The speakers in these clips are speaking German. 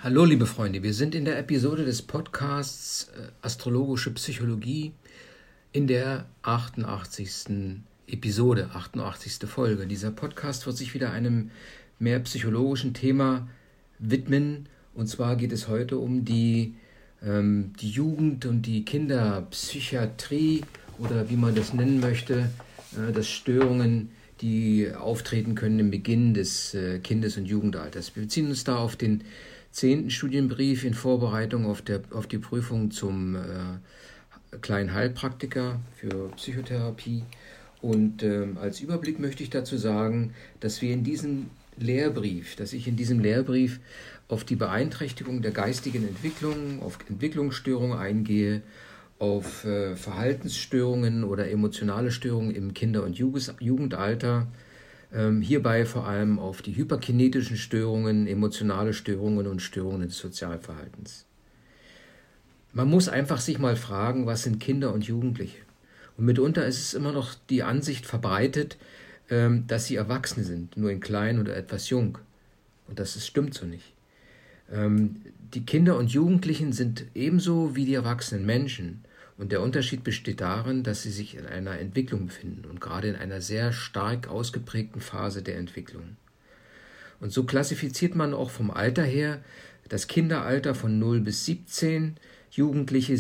Hallo liebe Freunde, wir sind in der Episode des Podcasts Astrologische Psychologie in der 88. Episode, 88. Folge. Dieser Podcast wird sich wieder einem mehr psychologischen Thema widmen. Und zwar geht es heute um die Jugend- und die Kinderpsychiatrie oder wie man das nennen möchte, dass Störungen, die auftreten können im Beginn des Kindes- und Jugendalters. Wir beziehen uns da auf den 10. Studienbrief in Vorbereitung auf die Prüfung zum kleinen Heilpraktiker für Psychotherapie. Und als Überblick möchte ich dazu sagen, dass ich in diesem Lehrbrief auf die Beeinträchtigung der geistigen Entwicklung, auf Entwicklungsstörungen eingehe, auf Verhaltensstörungen oder emotionale Störungen im Kinder- und Jugendalter, hierbei vor allem auf die hyperkinetischen Störungen, emotionale Störungen und Störungen des Sozialverhaltens. Man muss einfach sich mal fragen, was sind Kinder und Jugendliche? Und mitunter ist es immer noch die Ansicht verbreitet, dass sie Erwachsene sind, nur in klein oder etwas jung. Und das stimmt so nicht. Die Kinder und Jugendlichen sind ebenso wie die erwachsenen Menschen. Und der Unterschied besteht darin, dass sie sich in einer Entwicklung befinden und gerade in einer sehr stark ausgeprägten Phase der Entwicklung. Und so klassifiziert man auch vom Alter her das Kinderalter von 0 bis 17, Jugendliche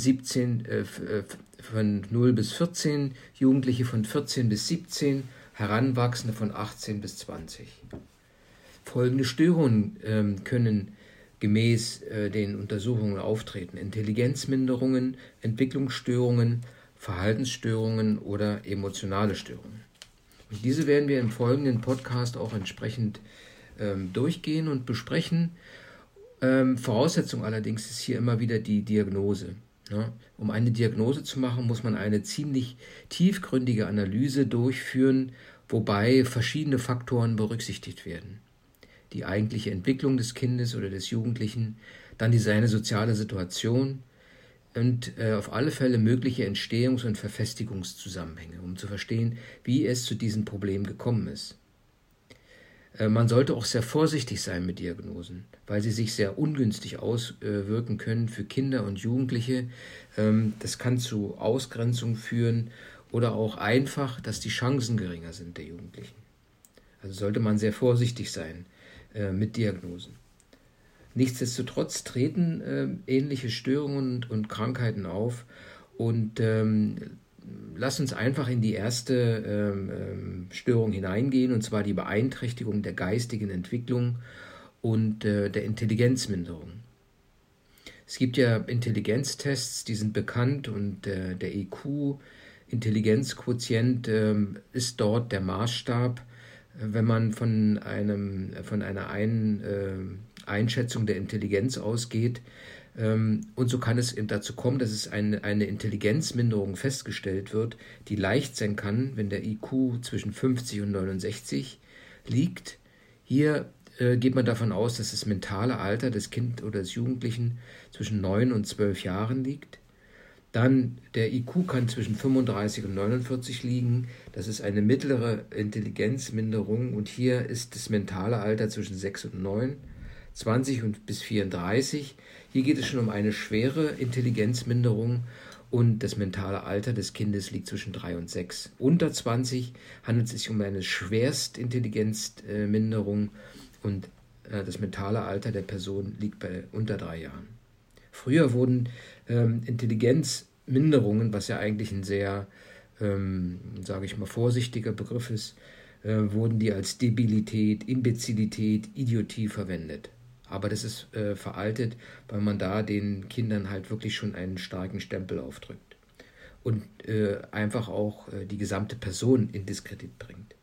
von 0 bis 14, Jugendliche von 14 bis 17, Heranwachsende von 18 bis 20. Folgende Störungen können gemäß den Untersuchungen auftreten: Intelligenzminderungen, Entwicklungsstörungen, Verhaltensstörungen oder emotionale Störungen. Und diese werden wir im folgenden Podcast auch entsprechend durchgehen und besprechen. Voraussetzung allerdings ist hier immer wieder die Diagnose. Ja? Um eine Diagnose zu machen, muss man eine ziemlich tiefgründige Analyse durchführen, wobei verschiedene Faktoren berücksichtigt werden: die eigentliche Entwicklung des Kindes oder des Jugendlichen, dann seine soziale Situation und auf alle Fälle mögliche Entstehungs- und Verfestigungszusammenhänge, um zu verstehen, wie es zu diesem Problem gekommen ist. Man sollte auch sehr vorsichtig sein mit Diagnosen, weil sie sich sehr ungünstig auswirken können für Kinder und Jugendliche. Das kann zu Ausgrenzung führen oder auch einfach, dass die Chancen geringer sind der Jugendlichen. Also sollte man sehr vorsichtig sein mit Diagnosen. Nichtsdestotrotz treten ähnliche Störungen und Krankheiten auf und lass uns einfach in die erste Störung hineingehen, und zwar die Beeinträchtigung der geistigen Entwicklung und der Intelligenzminderung. Es gibt ja Intelligenztests, die sind bekannt, und der IQ, Intelligenzquotient, ist dort der Maßstab, wenn man von einer Einschätzung der Intelligenz ausgeht. Und so kann es dazu kommen, dass es eine Intelligenzminderung festgestellt wird, die leicht sein kann, wenn der IQ zwischen 50 und 69 liegt. Hier geht man davon aus, dass das mentale Alter des Kindes oder des Jugendlichen zwischen 9 und 12 Jahren liegt. Dann der IQ kann zwischen 35 und 49 liegen. Das ist eine mittlere Intelligenzminderung, und hier ist das mentale Alter zwischen 6 und 9, 20 und bis 34. Hier geht es schon um eine schwere Intelligenzminderung, und das mentale Alter des Kindes liegt zwischen 3 und 6. Unter 20 handelt es sich um eine Schwerstintelligenzminderung, und das mentale Alter der Person liegt bei unter 3 Jahren. Früher wurden Intelligenzminderungen, was ja eigentlich ein sehr, sage ich mal, vorsichtiger Begriff ist, wurden die als Debilität, Imbezilität, Idiotie verwendet. Aber das ist veraltet, weil man da den Kindern halt wirklich schon einen starken Stempel aufdrückt und einfach auch die gesamte Person in Diskredit bringt.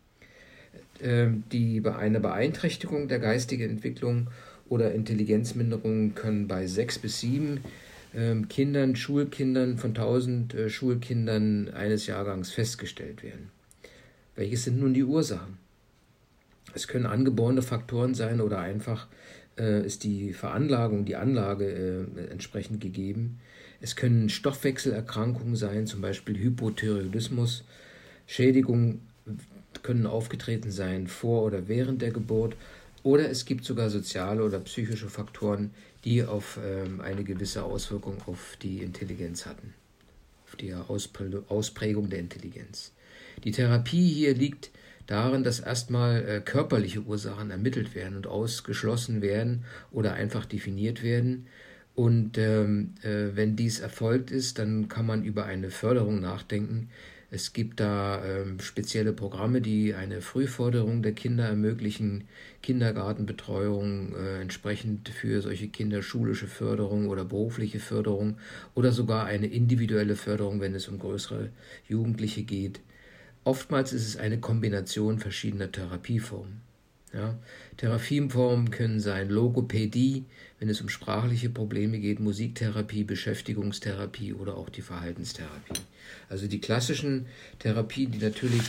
Eine Beeinträchtigung der geistigen Entwicklung oder Intelligenzminderungen können bei 6 bis 7 Schulkindern von 1000 Schulkindern eines Jahrgangs festgestellt werden. Welches sind nun die Ursachen? Es können angeborene Faktoren sein oder einfach ist die Veranlagung, die Anlage entsprechend gegeben. Es können Stoffwechselerkrankungen sein, zum Beispiel Hypothyreoidismus. Schädigungen können aufgetreten sein vor oder während der Geburt. Oder es gibt sogar soziale oder psychische Faktoren, die auf eine gewisse Auswirkung auf die Intelligenz hatten, auf die Ausprägung der Intelligenz. Die Therapie hier liegt darin, dass erstmal körperliche Ursachen ermittelt werden und ausgeschlossen werden oder einfach definiert werden. Und wenn dies erfolgt ist, dann kann man über eine Förderung nachdenken. Es gibt da spezielle Programme, die eine Frühförderung der Kinder ermöglichen, Kindergartenbetreuung, entsprechend für solche Kinder schulische Förderung oder berufliche Förderung oder sogar eine individuelle Förderung, wenn es um größere Jugendliche geht. Oftmals ist es eine Kombination verschiedener Therapieformen. Ja, Therapieformen können sein Logopädie, wenn es um sprachliche Probleme geht, Musiktherapie, Beschäftigungstherapie oder auch die Verhaltenstherapie. Also die klassischen Therapien, die natürlich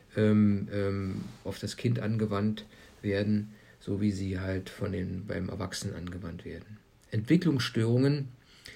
auf das Kind angewandt werden, so wie sie halt beim Erwachsenen angewandt werden. Entwicklungsstörungen,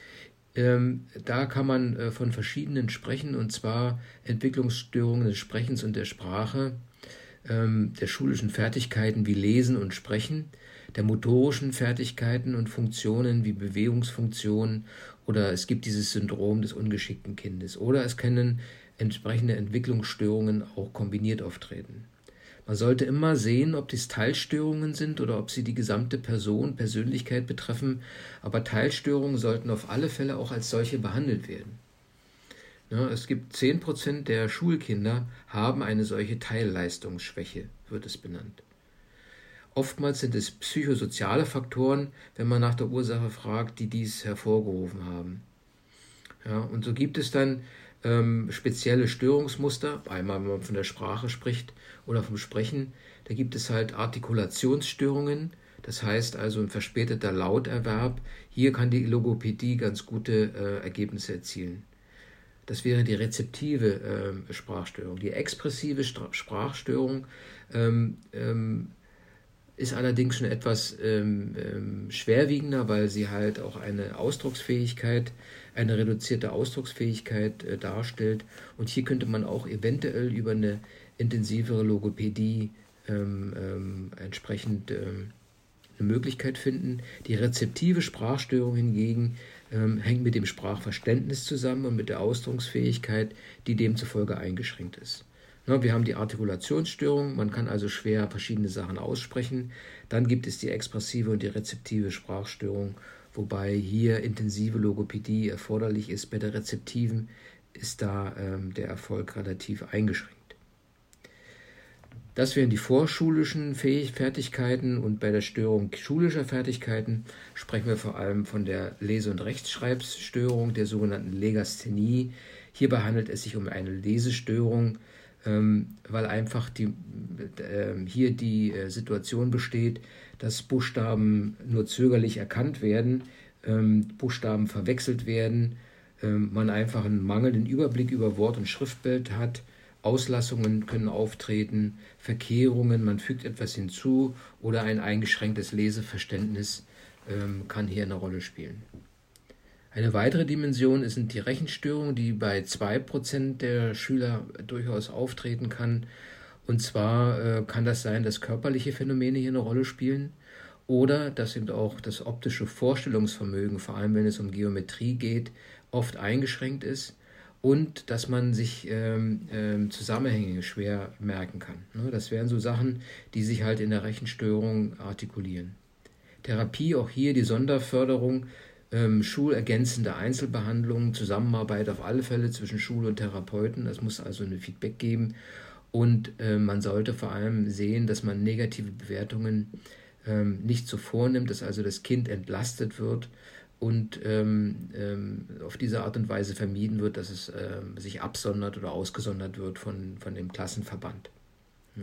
da kann man von verschiedenen sprechen, und zwar Entwicklungsstörungen des Sprechens und der Sprache, der schulischen Fertigkeiten wie Lesen und Sprechen, der motorischen Fertigkeiten und Funktionen wie Bewegungsfunktionen, oder es gibt dieses Syndrom des ungeschickten Kindes, oder es können entsprechende Entwicklungsstörungen auch kombiniert auftreten. Man sollte immer sehen, ob dies Teilstörungen sind oder ob sie die gesamte Persönlichkeit betreffen, aber Teilstörungen sollten auf alle Fälle auch als solche behandelt werden. Ja, es gibt 10% der Schulkinder haben eine solche Teilleistungsschwäche, wird es benannt. Oftmals sind es psychosoziale Faktoren, wenn man nach der Ursache fragt, die dies hervorgerufen haben. Ja, und so gibt es dann spezielle Störungsmuster, einmal wenn man von der Sprache spricht oder vom Sprechen, da gibt es halt Artikulationsstörungen, das heißt also ein verspäteter Lauterwerb. Hier kann die Logopädie ganz gute Ergebnisse erzielen. Das wäre die rezeptive Sprachstörung. Die expressive Sprachstörung ist allerdings schon etwas schwerwiegender, weil sie halt auch eine reduzierte Ausdrucksfähigkeit darstellt. Und hier könnte man auch eventuell über eine intensivere Logopädie entsprechend eine Möglichkeit finden. Die rezeptive Sprachstörung hingegen hängt mit dem Sprachverständnis zusammen und mit der Ausdrucksfähigkeit, die demzufolge eingeschränkt ist. Wir haben die Artikulationsstörung, man kann also schwer verschiedene Sachen aussprechen. Dann gibt es die expressive und die rezeptive Sprachstörung, wobei hier intensive Logopädie erforderlich ist. Bei der rezeptiven ist da der Erfolg relativ eingeschränkt. Das wären die vorschulischen Fertigkeiten, und bei der Störung schulischer Fertigkeiten sprechen wir vor allem von der Lese- und Rechtschreibstörung, der sogenannten Legasthenie. Hierbei handelt es sich um eine Lesestörung, weil einfach hier die Situation besteht, dass Buchstaben nur zögerlich erkannt werden, Buchstaben verwechselt werden, man einfach einen mangelnden Überblick über Wort- und Schriftbild hat, Auslassungen können auftreten, Verkehrungen, man fügt etwas hinzu oder ein eingeschränktes Leseverständnis kann hier eine Rolle spielen. Eine weitere Dimension sind die Rechenstörungen, die bei 2% der Schüler durchaus auftreten kann. Und zwar kann das sein, dass körperliche Phänomene hier eine Rolle spielen oder dass eben auch das optische Vorstellungsvermögen, vor allem wenn es um Geometrie geht, oft eingeschränkt ist und dass man sich Zusammenhänge schwer merken kann. Das wären so Sachen, die sich halt in der Rechenstörung artikulieren. Therapie, auch hier die Sonderförderung, schulergänzende Einzelbehandlung, Zusammenarbeit auf alle Fälle zwischen Schule und Therapeuten. Es muss also ein Feedback geben, und man sollte vor allem sehen, dass man negative Bewertungen nicht so vornimmt, dass also das Kind entlastet wird und auf diese Art und Weise vermieden wird, dass es sich absondert oder ausgesondert wird von dem Klassenverband. Ja.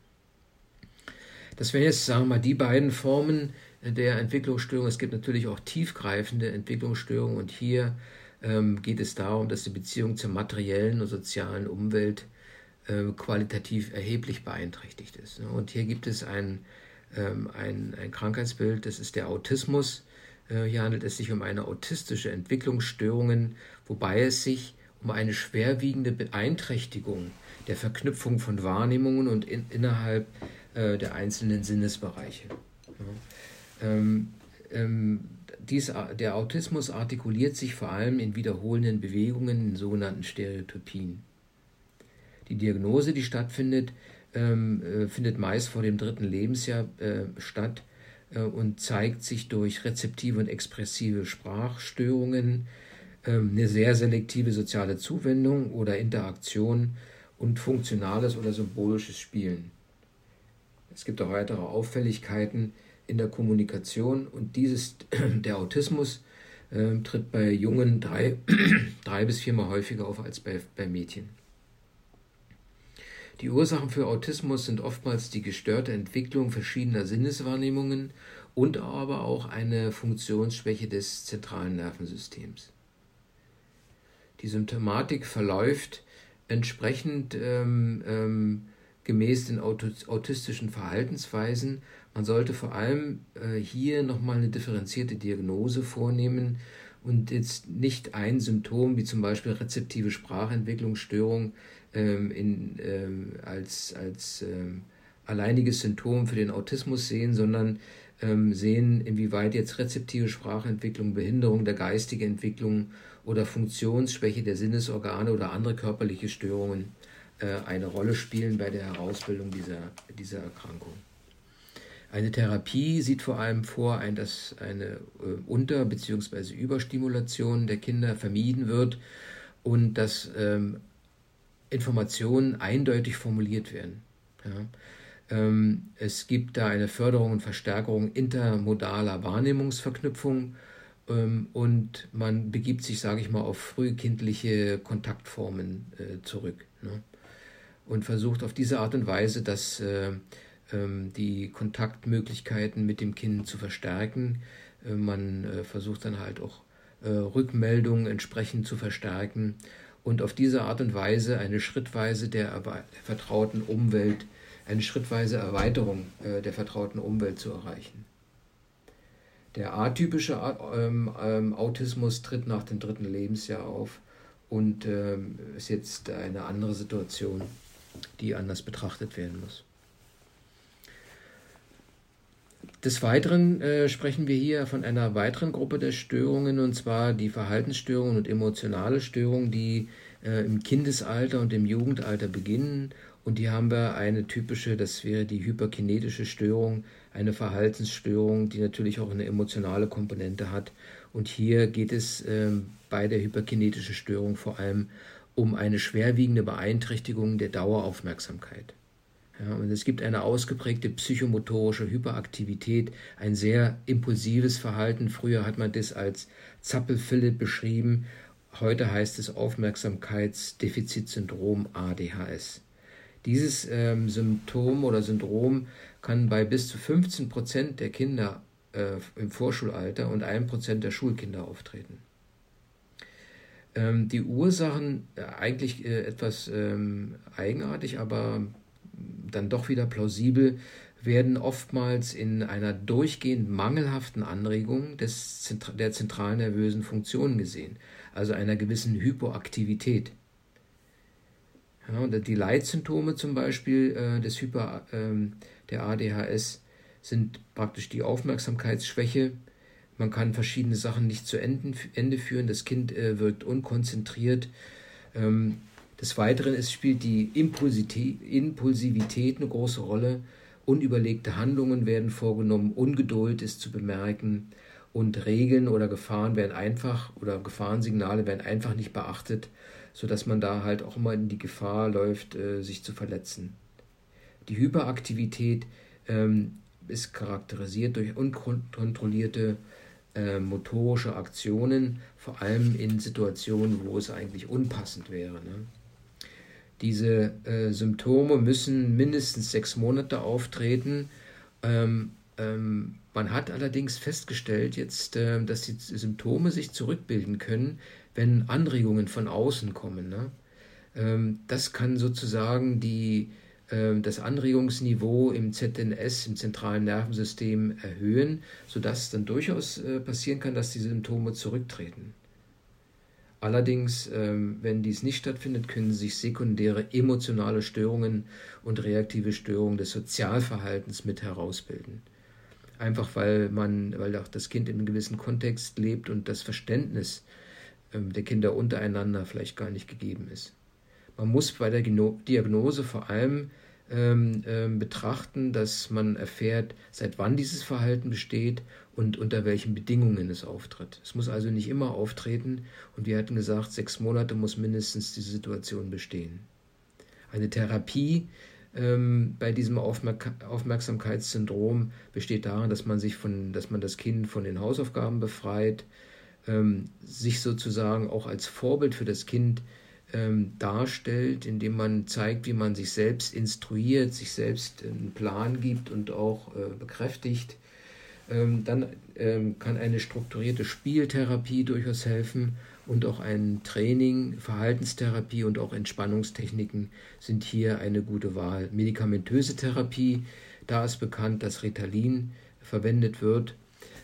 Das wären jetzt, sagen wir mal, die beiden Formen der Entwicklungsstörung. Es gibt natürlich auch tiefgreifende Entwicklungsstörungen, und hier geht es darum, dass die Beziehung zur materiellen und sozialen Umwelt qualitativ erheblich beeinträchtigt ist. Und hier gibt es ein Krankheitsbild, das ist der Autismus. Hier handelt es sich um eine autistische Entwicklungsstörung, wobei es sich um eine schwerwiegende Beeinträchtigung der Verknüpfung von Wahrnehmungen und innerhalb der einzelnen Sinnesbereiche. Ja. Der Autismus artikuliert sich vor allem in wiederholenden Bewegungen, in sogenannten Stereotypien. Die Diagnose, die stattfindet, findet meist vor dem 3. Lebensjahr statt und zeigt sich durch rezeptive und expressive Sprachstörungen, eine sehr selektive soziale Zuwendung oder Interaktion und funktionales oder symbolisches Spielen. Es gibt auch weitere Auffälligkeiten in der Kommunikation und der Autismus tritt bei Jungen 3 bis 4 Mal häufiger auf als bei Mädchen. Die Ursachen für Autismus sind oftmals die gestörte Entwicklung verschiedener Sinneswahrnehmungen und aber auch eine Funktionsschwäche des zentralen Nervensystems. Die Symptomatik verläuft entsprechend gemäß den autistischen Verhaltensweisen. Man sollte vor allem hier nochmal eine differenzierte Diagnose vornehmen und jetzt nicht ein Symptom wie zum Beispiel rezeptive Sprachentwicklungsstörung als alleiniges Symptom für den Autismus sehen, sondern sehen, inwieweit jetzt rezeptive Sprachentwicklung, Behinderung der geistigen Entwicklung oder Funktionsschwäche der Sinnesorgane oder andere körperliche Störungen eine Rolle spielen bei der Herausbildung dieser Erkrankung. Eine Therapie sieht vor allem vor, dass eine Unter- bzw. Überstimulation der Kinder vermieden wird und dass Informationen eindeutig formuliert werden. Ja. Es gibt da eine Förderung und Verstärkung intermodaler Wahrnehmungsverknüpfung und man begibt sich, sage ich mal, auf frühkindliche Kontaktformen zurück. Ne? Und versucht auf diese Art und Weise, die Kontaktmöglichkeiten mit dem Kind zu verstärken. Man versucht dann halt auch Rückmeldungen entsprechend zu verstärken und auf diese Art und Weise eine schrittweise eine schrittweise Erweiterung der vertrauten Umwelt zu erreichen. Der atypische Autismus tritt nach dem 3. Lebensjahr auf und ist jetzt eine andere Situation, die anders betrachtet werden muss. Des Weiteren sprechen wir hier von einer weiteren Gruppe der Störungen, und zwar die Verhaltensstörungen und emotionale Störungen, die im Kindesalter und im Jugendalter beginnen. Und hier haben wir eine typische, das wäre die hyperkinetische Störung, eine Verhaltensstörung, die natürlich auch eine emotionale Komponente hat. Und hier geht es bei der hyperkinetischen Störung vor allem um eine schwerwiegende Beeinträchtigung der Daueraufmerksamkeit. Ja, und es gibt eine ausgeprägte psychomotorische Hyperaktivität, ein sehr impulsives Verhalten. Früher hat man das als Zappel-Philipp beschrieben. Heute heißt es Aufmerksamkeitsdefizitsyndrom ADHS. Dieses Symptom oder Syndrom kann bei bis zu 15% der Kinder im Vorschulalter und 1% der Schulkinder auftreten. Die Ursachen eigentlich etwas eigenartig, aber dann doch wieder plausibel, werden oftmals in einer durchgehend mangelhaften Anregung der zentralen nervösen Funktionen gesehen, also einer gewissen Hypoaktivität. Ja, und die Leitsymptome zum Beispiel der ADHS sind praktisch die Aufmerksamkeitsschwäche. Man kann verschiedene Sachen nicht zu Ende führen, das Kind wirkt unkonzentriert. Des Weiteren spielt die Impulsivität eine große Rolle. Unüberlegte Handlungen werden vorgenommen, Ungeduld ist zu bemerken und Regeln oder Gefahrensignale werden einfach nicht beachtet, sodass man da halt auch immer in die Gefahr läuft, sich zu verletzen. Die Hyperaktivität ist charakterisiert durch unkontrollierte motorische Aktionen, vor allem in Situationen, wo es eigentlich unpassend wäre. Ne? Diese Symptome müssen mindestens 6 Monate auftreten. Man hat allerdings festgestellt jetzt, dass die Symptome sich zurückbilden können, wenn Anregungen von außen kommen. Ne? Das kann sozusagen das Anregungsniveau im ZNS, im zentralen Nervensystem, erhöhen, sodass es dann durchaus passieren kann, dass die Symptome zurücktreten. Allerdings, wenn dies nicht stattfindet, können sich sekundäre emotionale Störungen und reaktive Störungen des Sozialverhaltens mit herausbilden. Einfach weil auch das Kind in einem gewissen Kontext lebt und das Verständnis der Kinder untereinander vielleicht gar nicht gegeben ist. Man muss bei der Diagnose vor allem betrachten, dass man erfährt, seit wann dieses Verhalten besteht und unter welchen Bedingungen es auftritt. Es muss also nicht immer auftreten und wir hatten gesagt, 6 Monate muss mindestens diese Situation bestehen. Eine Therapie bei diesem Aufmerksamkeitssyndrom besteht darin, dass man das Kind von den Hausaufgaben befreit, sich sozusagen auch als Vorbild für das Kind darstellt, indem man zeigt, wie man sich selbst instruiert, sich selbst einen Plan gibt und auch bekräftigt. Dann kann eine strukturierte Spieltherapie durchaus helfen und auch ein Training, Verhaltenstherapie und auch Entspannungstechniken sind hier eine gute Wahl. Medikamentöse Therapie, da ist bekannt, dass Ritalin verwendet wird,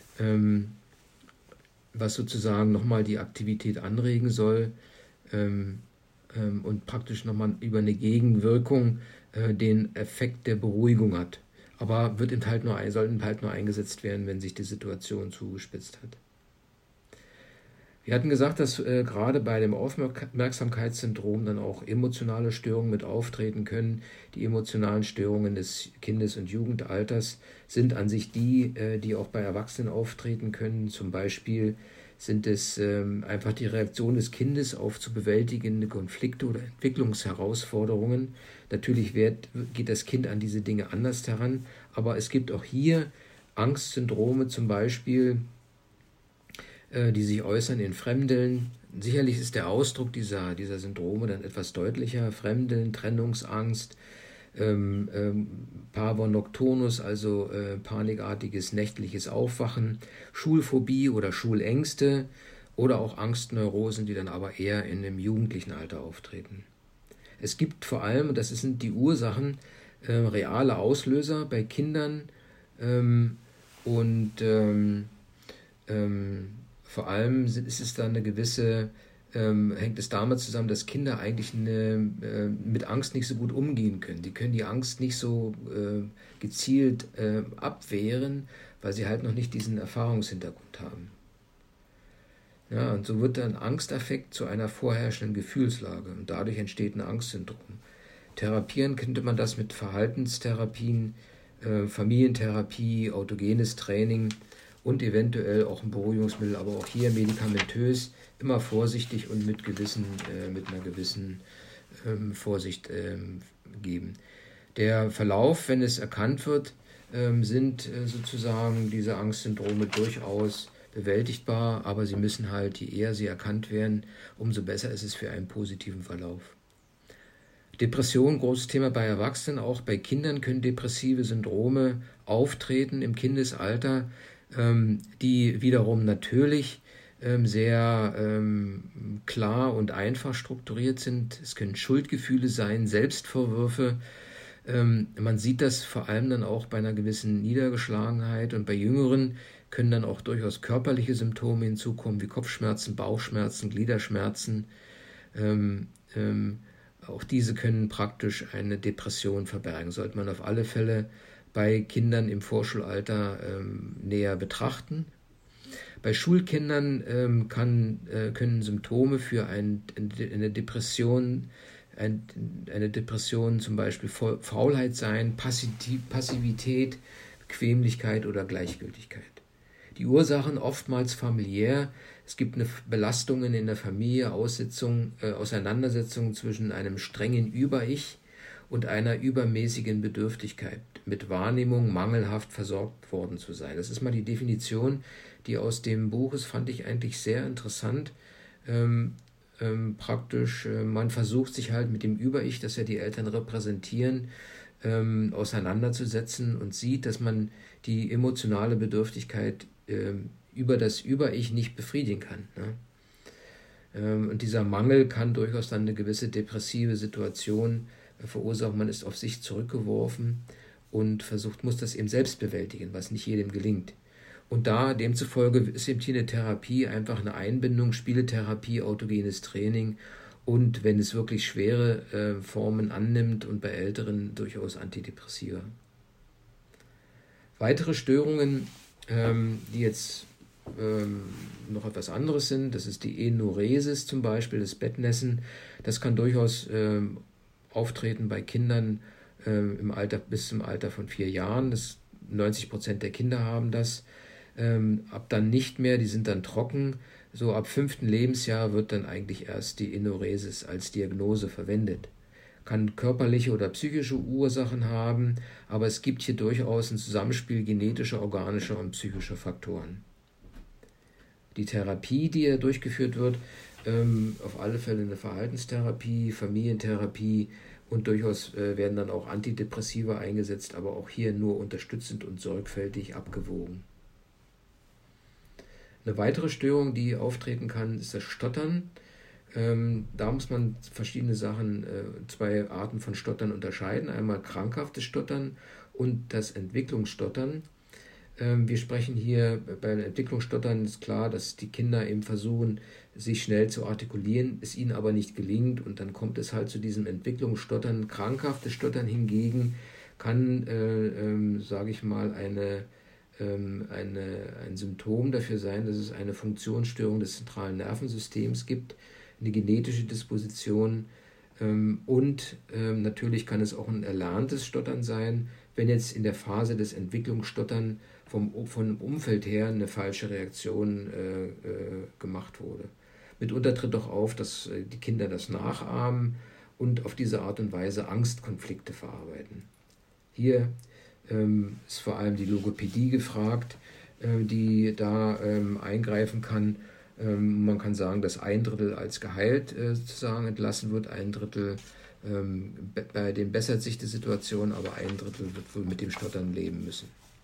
was sozusagen nochmal die Aktivität anregen soll und praktisch nochmal über eine Gegenwirkung den Effekt der Beruhigung hat. Aber sollten halt nur eingesetzt werden, wenn sich die Situation zugespitzt hat. Wir hatten gesagt, dass gerade bei dem Aufmerksamkeitssyndrom dann auch emotionale Störungen mit auftreten können. Die emotionalen Störungen des Kindes- und Jugendalters sind an sich die auch bei Erwachsenen auftreten können. Zum Beispiel sind es einfach die Reaktion des Kindes auf zu bewältigende Konflikte oder Entwicklungsherausforderungen. Natürlich geht das Kind an diese Dinge anders heran, aber es gibt auch hier Angstsyndrome zum Beispiel, die sich äußern in Fremdeln. Sicherlich ist der Ausdruck dieser Syndrome dann etwas deutlicher. Fremdeln, Trennungsangst, Pavor nocturnus, also panikartiges nächtliches Aufwachen, Schulphobie oder Schulängste oder auch Angstneurosen, die dann aber eher in dem jugendlichen Alter auftreten. Es gibt vor allem, und das sind die Ursachen, reale Auslöser bei Kindern vor allem ist es dann hängt es damit zusammen, dass Kinder eigentlich mit Angst nicht so gut umgehen können. Die können die Angst nicht so gezielt abwehren, weil sie halt noch nicht diesen Erfahrungshintergrund haben. Ja, und so wird dann Angstaffekt zu einer vorherrschenden Gefühlslage und dadurch entsteht ein Angstsyndrom. Therapieren könnte man das mit Verhaltenstherapien, Familientherapie, autogenes Training und eventuell auch ein Beruhigungsmittel, aber auch hier medikamentös, immer vorsichtig und mit einer gewissen Vorsicht geben. Der Verlauf, wenn es erkannt wird, sind sozusagen diese Angstsyndrome durchaus bewältigbar, aber sie müssen halt, je eher sie erkannt werden, umso besser ist es für einen positiven Verlauf. Depression, großes Thema bei Erwachsenen, auch bei Kindern können depressive Syndrome auftreten im Kindesalter, die wiederum natürlich sehr klar und einfach strukturiert sind. Es können Schuldgefühle sein, Selbstvorwürfe. Man sieht das vor allem dann auch bei einer gewissen Niedergeschlagenheit und bei Jüngeren können dann auch durchaus körperliche Symptome hinzukommen, wie Kopfschmerzen, Bauchschmerzen, Gliederschmerzen. Auch diese können praktisch eine Depression verbergen. Sollte man auf alle Fälle bei Kindern im Vorschulalter näher betrachten. Bei Schulkindern können Symptome für eine Depression zum Beispiel Faulheit sein, Passivität, Bequemlichkeit oder Gleichgültigkeit. Die Ursachen oftmals familiär. Es gibt Belastungen in der Familie, Auseinandersetzungen zwischen einem strengen Über-Ich und einer übermäßigen Bedürftigkeit mit Wahrnehmung, mangelhaft versorgt worden zu sein. Das ist mal die Definition, die aus dem Buch ist, fand ich eigentlich sehr interessant. Man versucht sich halt mit dem Über-Ich, das ja die Eltern repräsentieren, auseinanderzusetzen und sieht, dass man die emotionale Bedürftigkeit über das Über-Ich nicht befriedigen kann. Ne? Und dieser Mangel kann durchaus dann eine gewisse depressive Situation verursachen. Man ist auf sich zurückgeworfen und muss das eben selbst bewältigen, was nicht jedem gelingt. Und demzufolge ist eben hier eine Therapie einfach eine Einbindung, Spieletherapie, autogenes Training und wenn es wirklich schwere Formen annimmt und bei Älteren durchaus Antidepressiva. Weitere Störungen, die jetzt noch etwas anderes sind, das ist die Enuresis zum Beispiel, das Bettnässen. Das kann durchaus auftreten bei Kindern bis zum Alter von 4 Jahren. 90% der Kinder haben das. Ab dann nicht mehr, die sind dann trocken. So ab 5. Lebensjahr wird dann eigentlich erst die Enuresis als Diagnose verwendet. Kann körperliche oder psychische Ursachen haben, aber es gibt hier durchaus ein Zusammenspiel genetischer, organischer und psychischer Faktoren. Die Therapie, die hier durchgeführt wird, auf alle Fälle eine Verhaltenstherapie, Familientherapie und durchaus werden dann auch Antidepressiva eingesetzt, aber auch hier nur unterstützend und sorgfältig abgewogen. Eine weitere Störung, die auftreten kann, ist das Stottern. Da muss man verschiedene Sachen, 2 Arten von Stottern unterscheiden. Einmal krankhaftes Stottern und das Entwicklungsstottern. Wir sprechen hier bei Entwicklungsstottern, ist klar, dass die Kinder eben versuchen, sich schnell zu artikulieren, es ihnen aber nicht gelingt und dann kommt es halt zu diesem Entwicklungsstottern. Krankhaftes Stottern hingegen kann, sage ich mal, ein Symptom dafür sein, dass es eine Funktionsstörung des zentralen Nervensystems gibt, eine genetische Disposition und natürlich kann es auch ein erlerntes Stottern sein, wenn jetzt in der Phase des Entwicklungsstottern vom Umfeld her eine falsche Reaktion gemacht wurde. Mitunter tritt auch auf, dass die Kinder das nachahmen und auf diese Art und Weise Angstkonflikte verarbeiten. Hier ist vor allem die Logopädie gefragt, die da eingreifen kann. Man kann sagen, dass 1/3 als geheilt sozusagen entlassen wird, 1/3 bei dem bessert sich die Situation, aber 1/3 wird wohl mit dem Stottern leben müssen.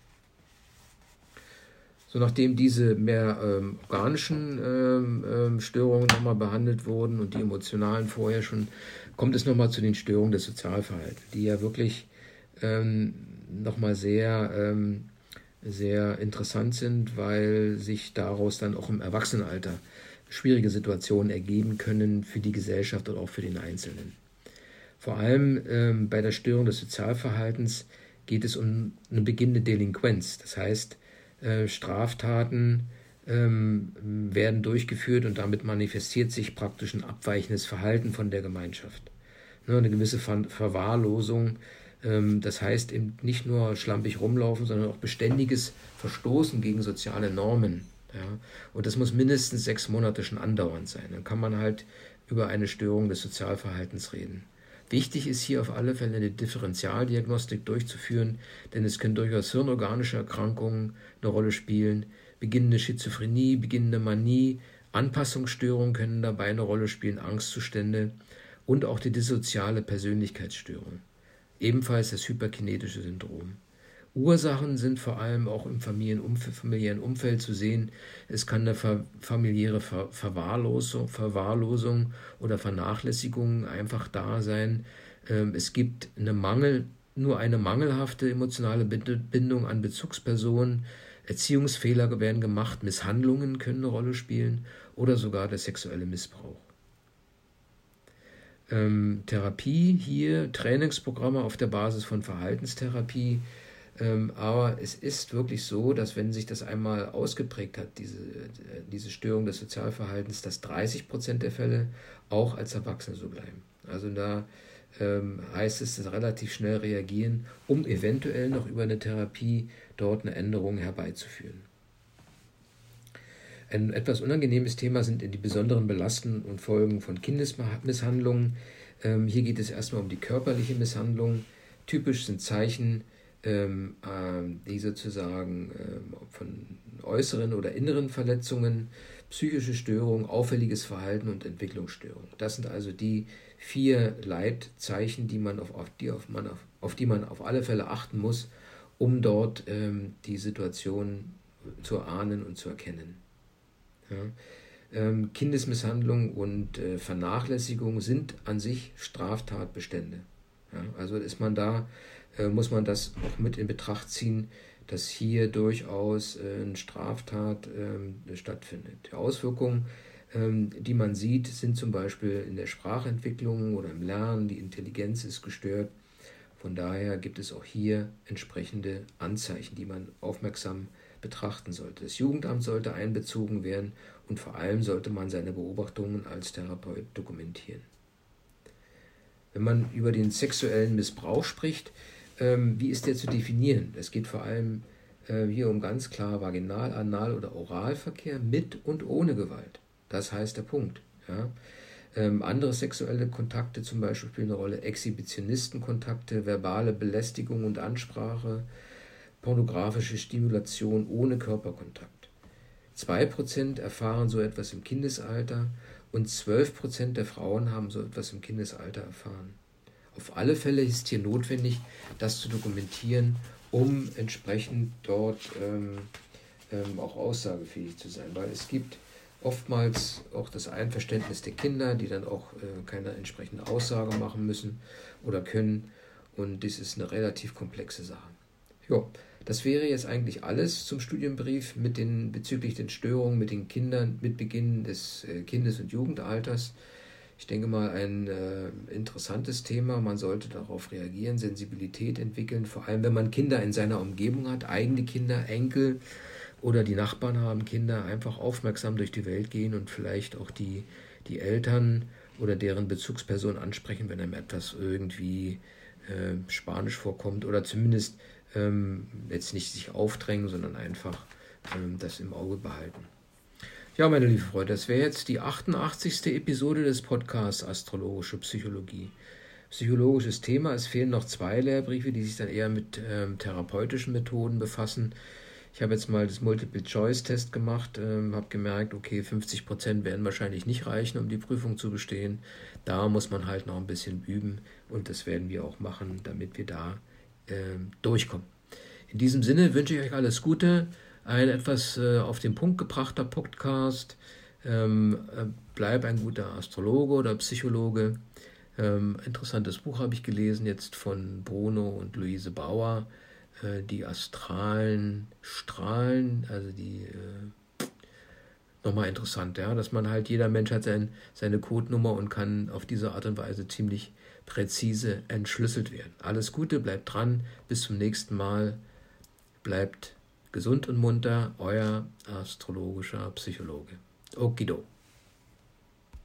So, nachdem diese mehr organischen Störungen nochmal behandelt wurden und die emotionalen vorher schon, kommt es nochmal zu den Störungen des Sozialverhaltens, die ja wirklich nochmal sehr interessant sind, weil sich daraus dann auch im Erwachsenenalter schwierige Situationen ergeben können für die Gesellschaft und auch für den Einzelnen. Vor allem bei der Störung des Sozialverhaltens geht es um eine beginnende Delinquenz. Das heißt, Straftaten werden durchgeführt und damit manifestiert sich praktisch ein abweichendes Verhalten von der Gemeinschaft. Eine gewisse Verwahrlosung. Das heißt eben nicht nur schlampig rumlaufen, sondern auch beständiges Verstoßen gegen soziale Normen. Ja? Und das muss mindestens 6 Monate schon andauernd sein. Dann kann man halt über eine Störung des Sozialverhaltens reden. Wichtig ist hier auf alle Fälle eine Differentialdiagnostik durchzuführen, denn es können durchaus hirnorganische Erkrankungen eine Rolle spielen, beginnende Schizophrenie, beginnende Manie, Anpassungsstörungen können dabei eine Rolle spielen, Angstzustände und auch die dissoziale Persönlichkeitsstörung. Ebenfalls das hyperkinetische Syndrom. Ursachen sind vor allem auch im familiären Umfeld zu sehen. Es kann eine familiäre Verwahrlosung oder Vernachlässigung einfach da sein. Es gibt nur eine mangelhafte emotionale Bindung an Bezugspersonen. Erziehungsfehler werden gemacht, Misshandlungen können eine Rolle spielen oder sogar der sexuelle Missbrauch. Therapie hier, Trainingsprogramme auf der Basis von Verhaltenstherapie, aber es ist wirklich so, dass wenn sich das einmal ausgeprägt hat, diese Störung des Sozialverhaltens, dass 30% der Fälle auch als Erwachsene so bleiben. Also da heißt es, dass relativ schnell reagieren, um eventuell noch über eine Therapie dort eine Änderung herbeizuführen. Ein etwas unangenehmes Thema sind die besonderen Belastungen und Folgen von Kindesmisshandlungen. Hier geht es erstmal um die körperliche Misshandlung. Typisch sind Zeichen, die sozusagen von äußeren oder inneren Verletzungen, psychische Störungen, auffälliges Verhalten und Entwicklungsstörungen. Das sind also die 4 Leitzeichen, auf die man auf alle Fälle achten muss, um dort die Situation zu ahnen und zu erkennen. Ja. Kindesmisshandlung und Vernachlässigung sind an sich Straftatbestände. Ja. Also muss man das auch mit in Betracht ziehen, dass hier durchaus eine Straftat stattfindet. Die Auswirkungen, die man sieht, sind zum Beispiel in der Sprachentwicklung oder im Lernen, die Intelligenz ist gestört. Von daher gibt es auch hier entsprechende Anzeichen, die man aufmerksam betrachten sollte. Das Jugendamt sollte einbezogen werden und vor allem sollte man seine Beobachtungen als Therapeut dokumentieren. Wenn man über den sexuellen Missbrauch spricht, wie ist der zu definieren? Es geht vor allem hier um ganz klar Vaginal-, Anal- oder Oralverkehr mit und ohne Gewalt. Das heißt der Punkt. Ja? Andere sexuelle Kontakte zum Beispiel spielen eine Rolle, Exhibitionistenkontakte, verbale Belästigung und Ansprache, pornografische Stimulation ohne Körperkontakt. 2% erfahren so etwas im Kindesalter und 12% der Frauen haben so etwas im Kindesalter erfahren. Auf alle Fälle ist hier notwendig, das zu dokumentieren, um entsprechend dort auch aussagefähig zu sein, weil es gibt oftmals auch das Einverständnis der Kinder, die dann auch keine entsprechende Aussage machen müssen oder können, und das ist eine relativ komplexe Sache. Ja, das wäre jetzt eigentlich alles zum Studienbrief bezüglich den Störungen mit den Kindern mit Beginn des Kindes- und Jugendalters. Ich denke mal, ein interessantes Thema. Man sollte darauf reagieren, Sensibilität entwickeln, vor allem wenn man Kinder in seiner Umgebung hat, eigene Kinder, Enkel oder die Nachbarn haben Kinder, einfach aufmerksam durch die Welt gehen und vielleicht auch die Eltern oder deren Bezugsperson ansprechen, wenn einem etwas irgendwie Spanisch vorkommt, oder zumindest jetzt nicht sich aufdrängen, sondern einfach das im Auge behalten. Ja, meine lieben Freunde, das wäre jetzt die 88. Episode des Podcasts Astrologische Psychologie. Psychologisches Thema, es fehlen noch 2 Lehrbriefe, die sich dann eher mit therapeutischen Methoden befassen. Ich habe jetzt mal das Multiple-Choice-Test gemacht, habe gemerkt, okay, 50% werden wahrscheinlich nicht reichen, um die Prüfung zu bestehen. Da muss man halt noch ein bisschen üben, und das werden wir auch machen, damit wir da durchkommen. In diesem Sinne wünsche ich euch alles Gute. Ein etwas auf den Punkt gebrachter Podcast. Bleib ein guter Astrologe oder Psychologe. Interessantes Buch habe ich gelesen, jetzt von Bruno und Luise Bauer. Die astralen Strahlen, also die nochmal interessant, ja, dass man halt, jeder Mensch hat seine Codenummer und kann auf diese Art und Weise ziemlich präzise entschlüsselt werden. Alles Gute, bleibt dran, bis zum nächsten Mal. Bleibt gesund und munter, euer astrologischer Psychologe. Okido.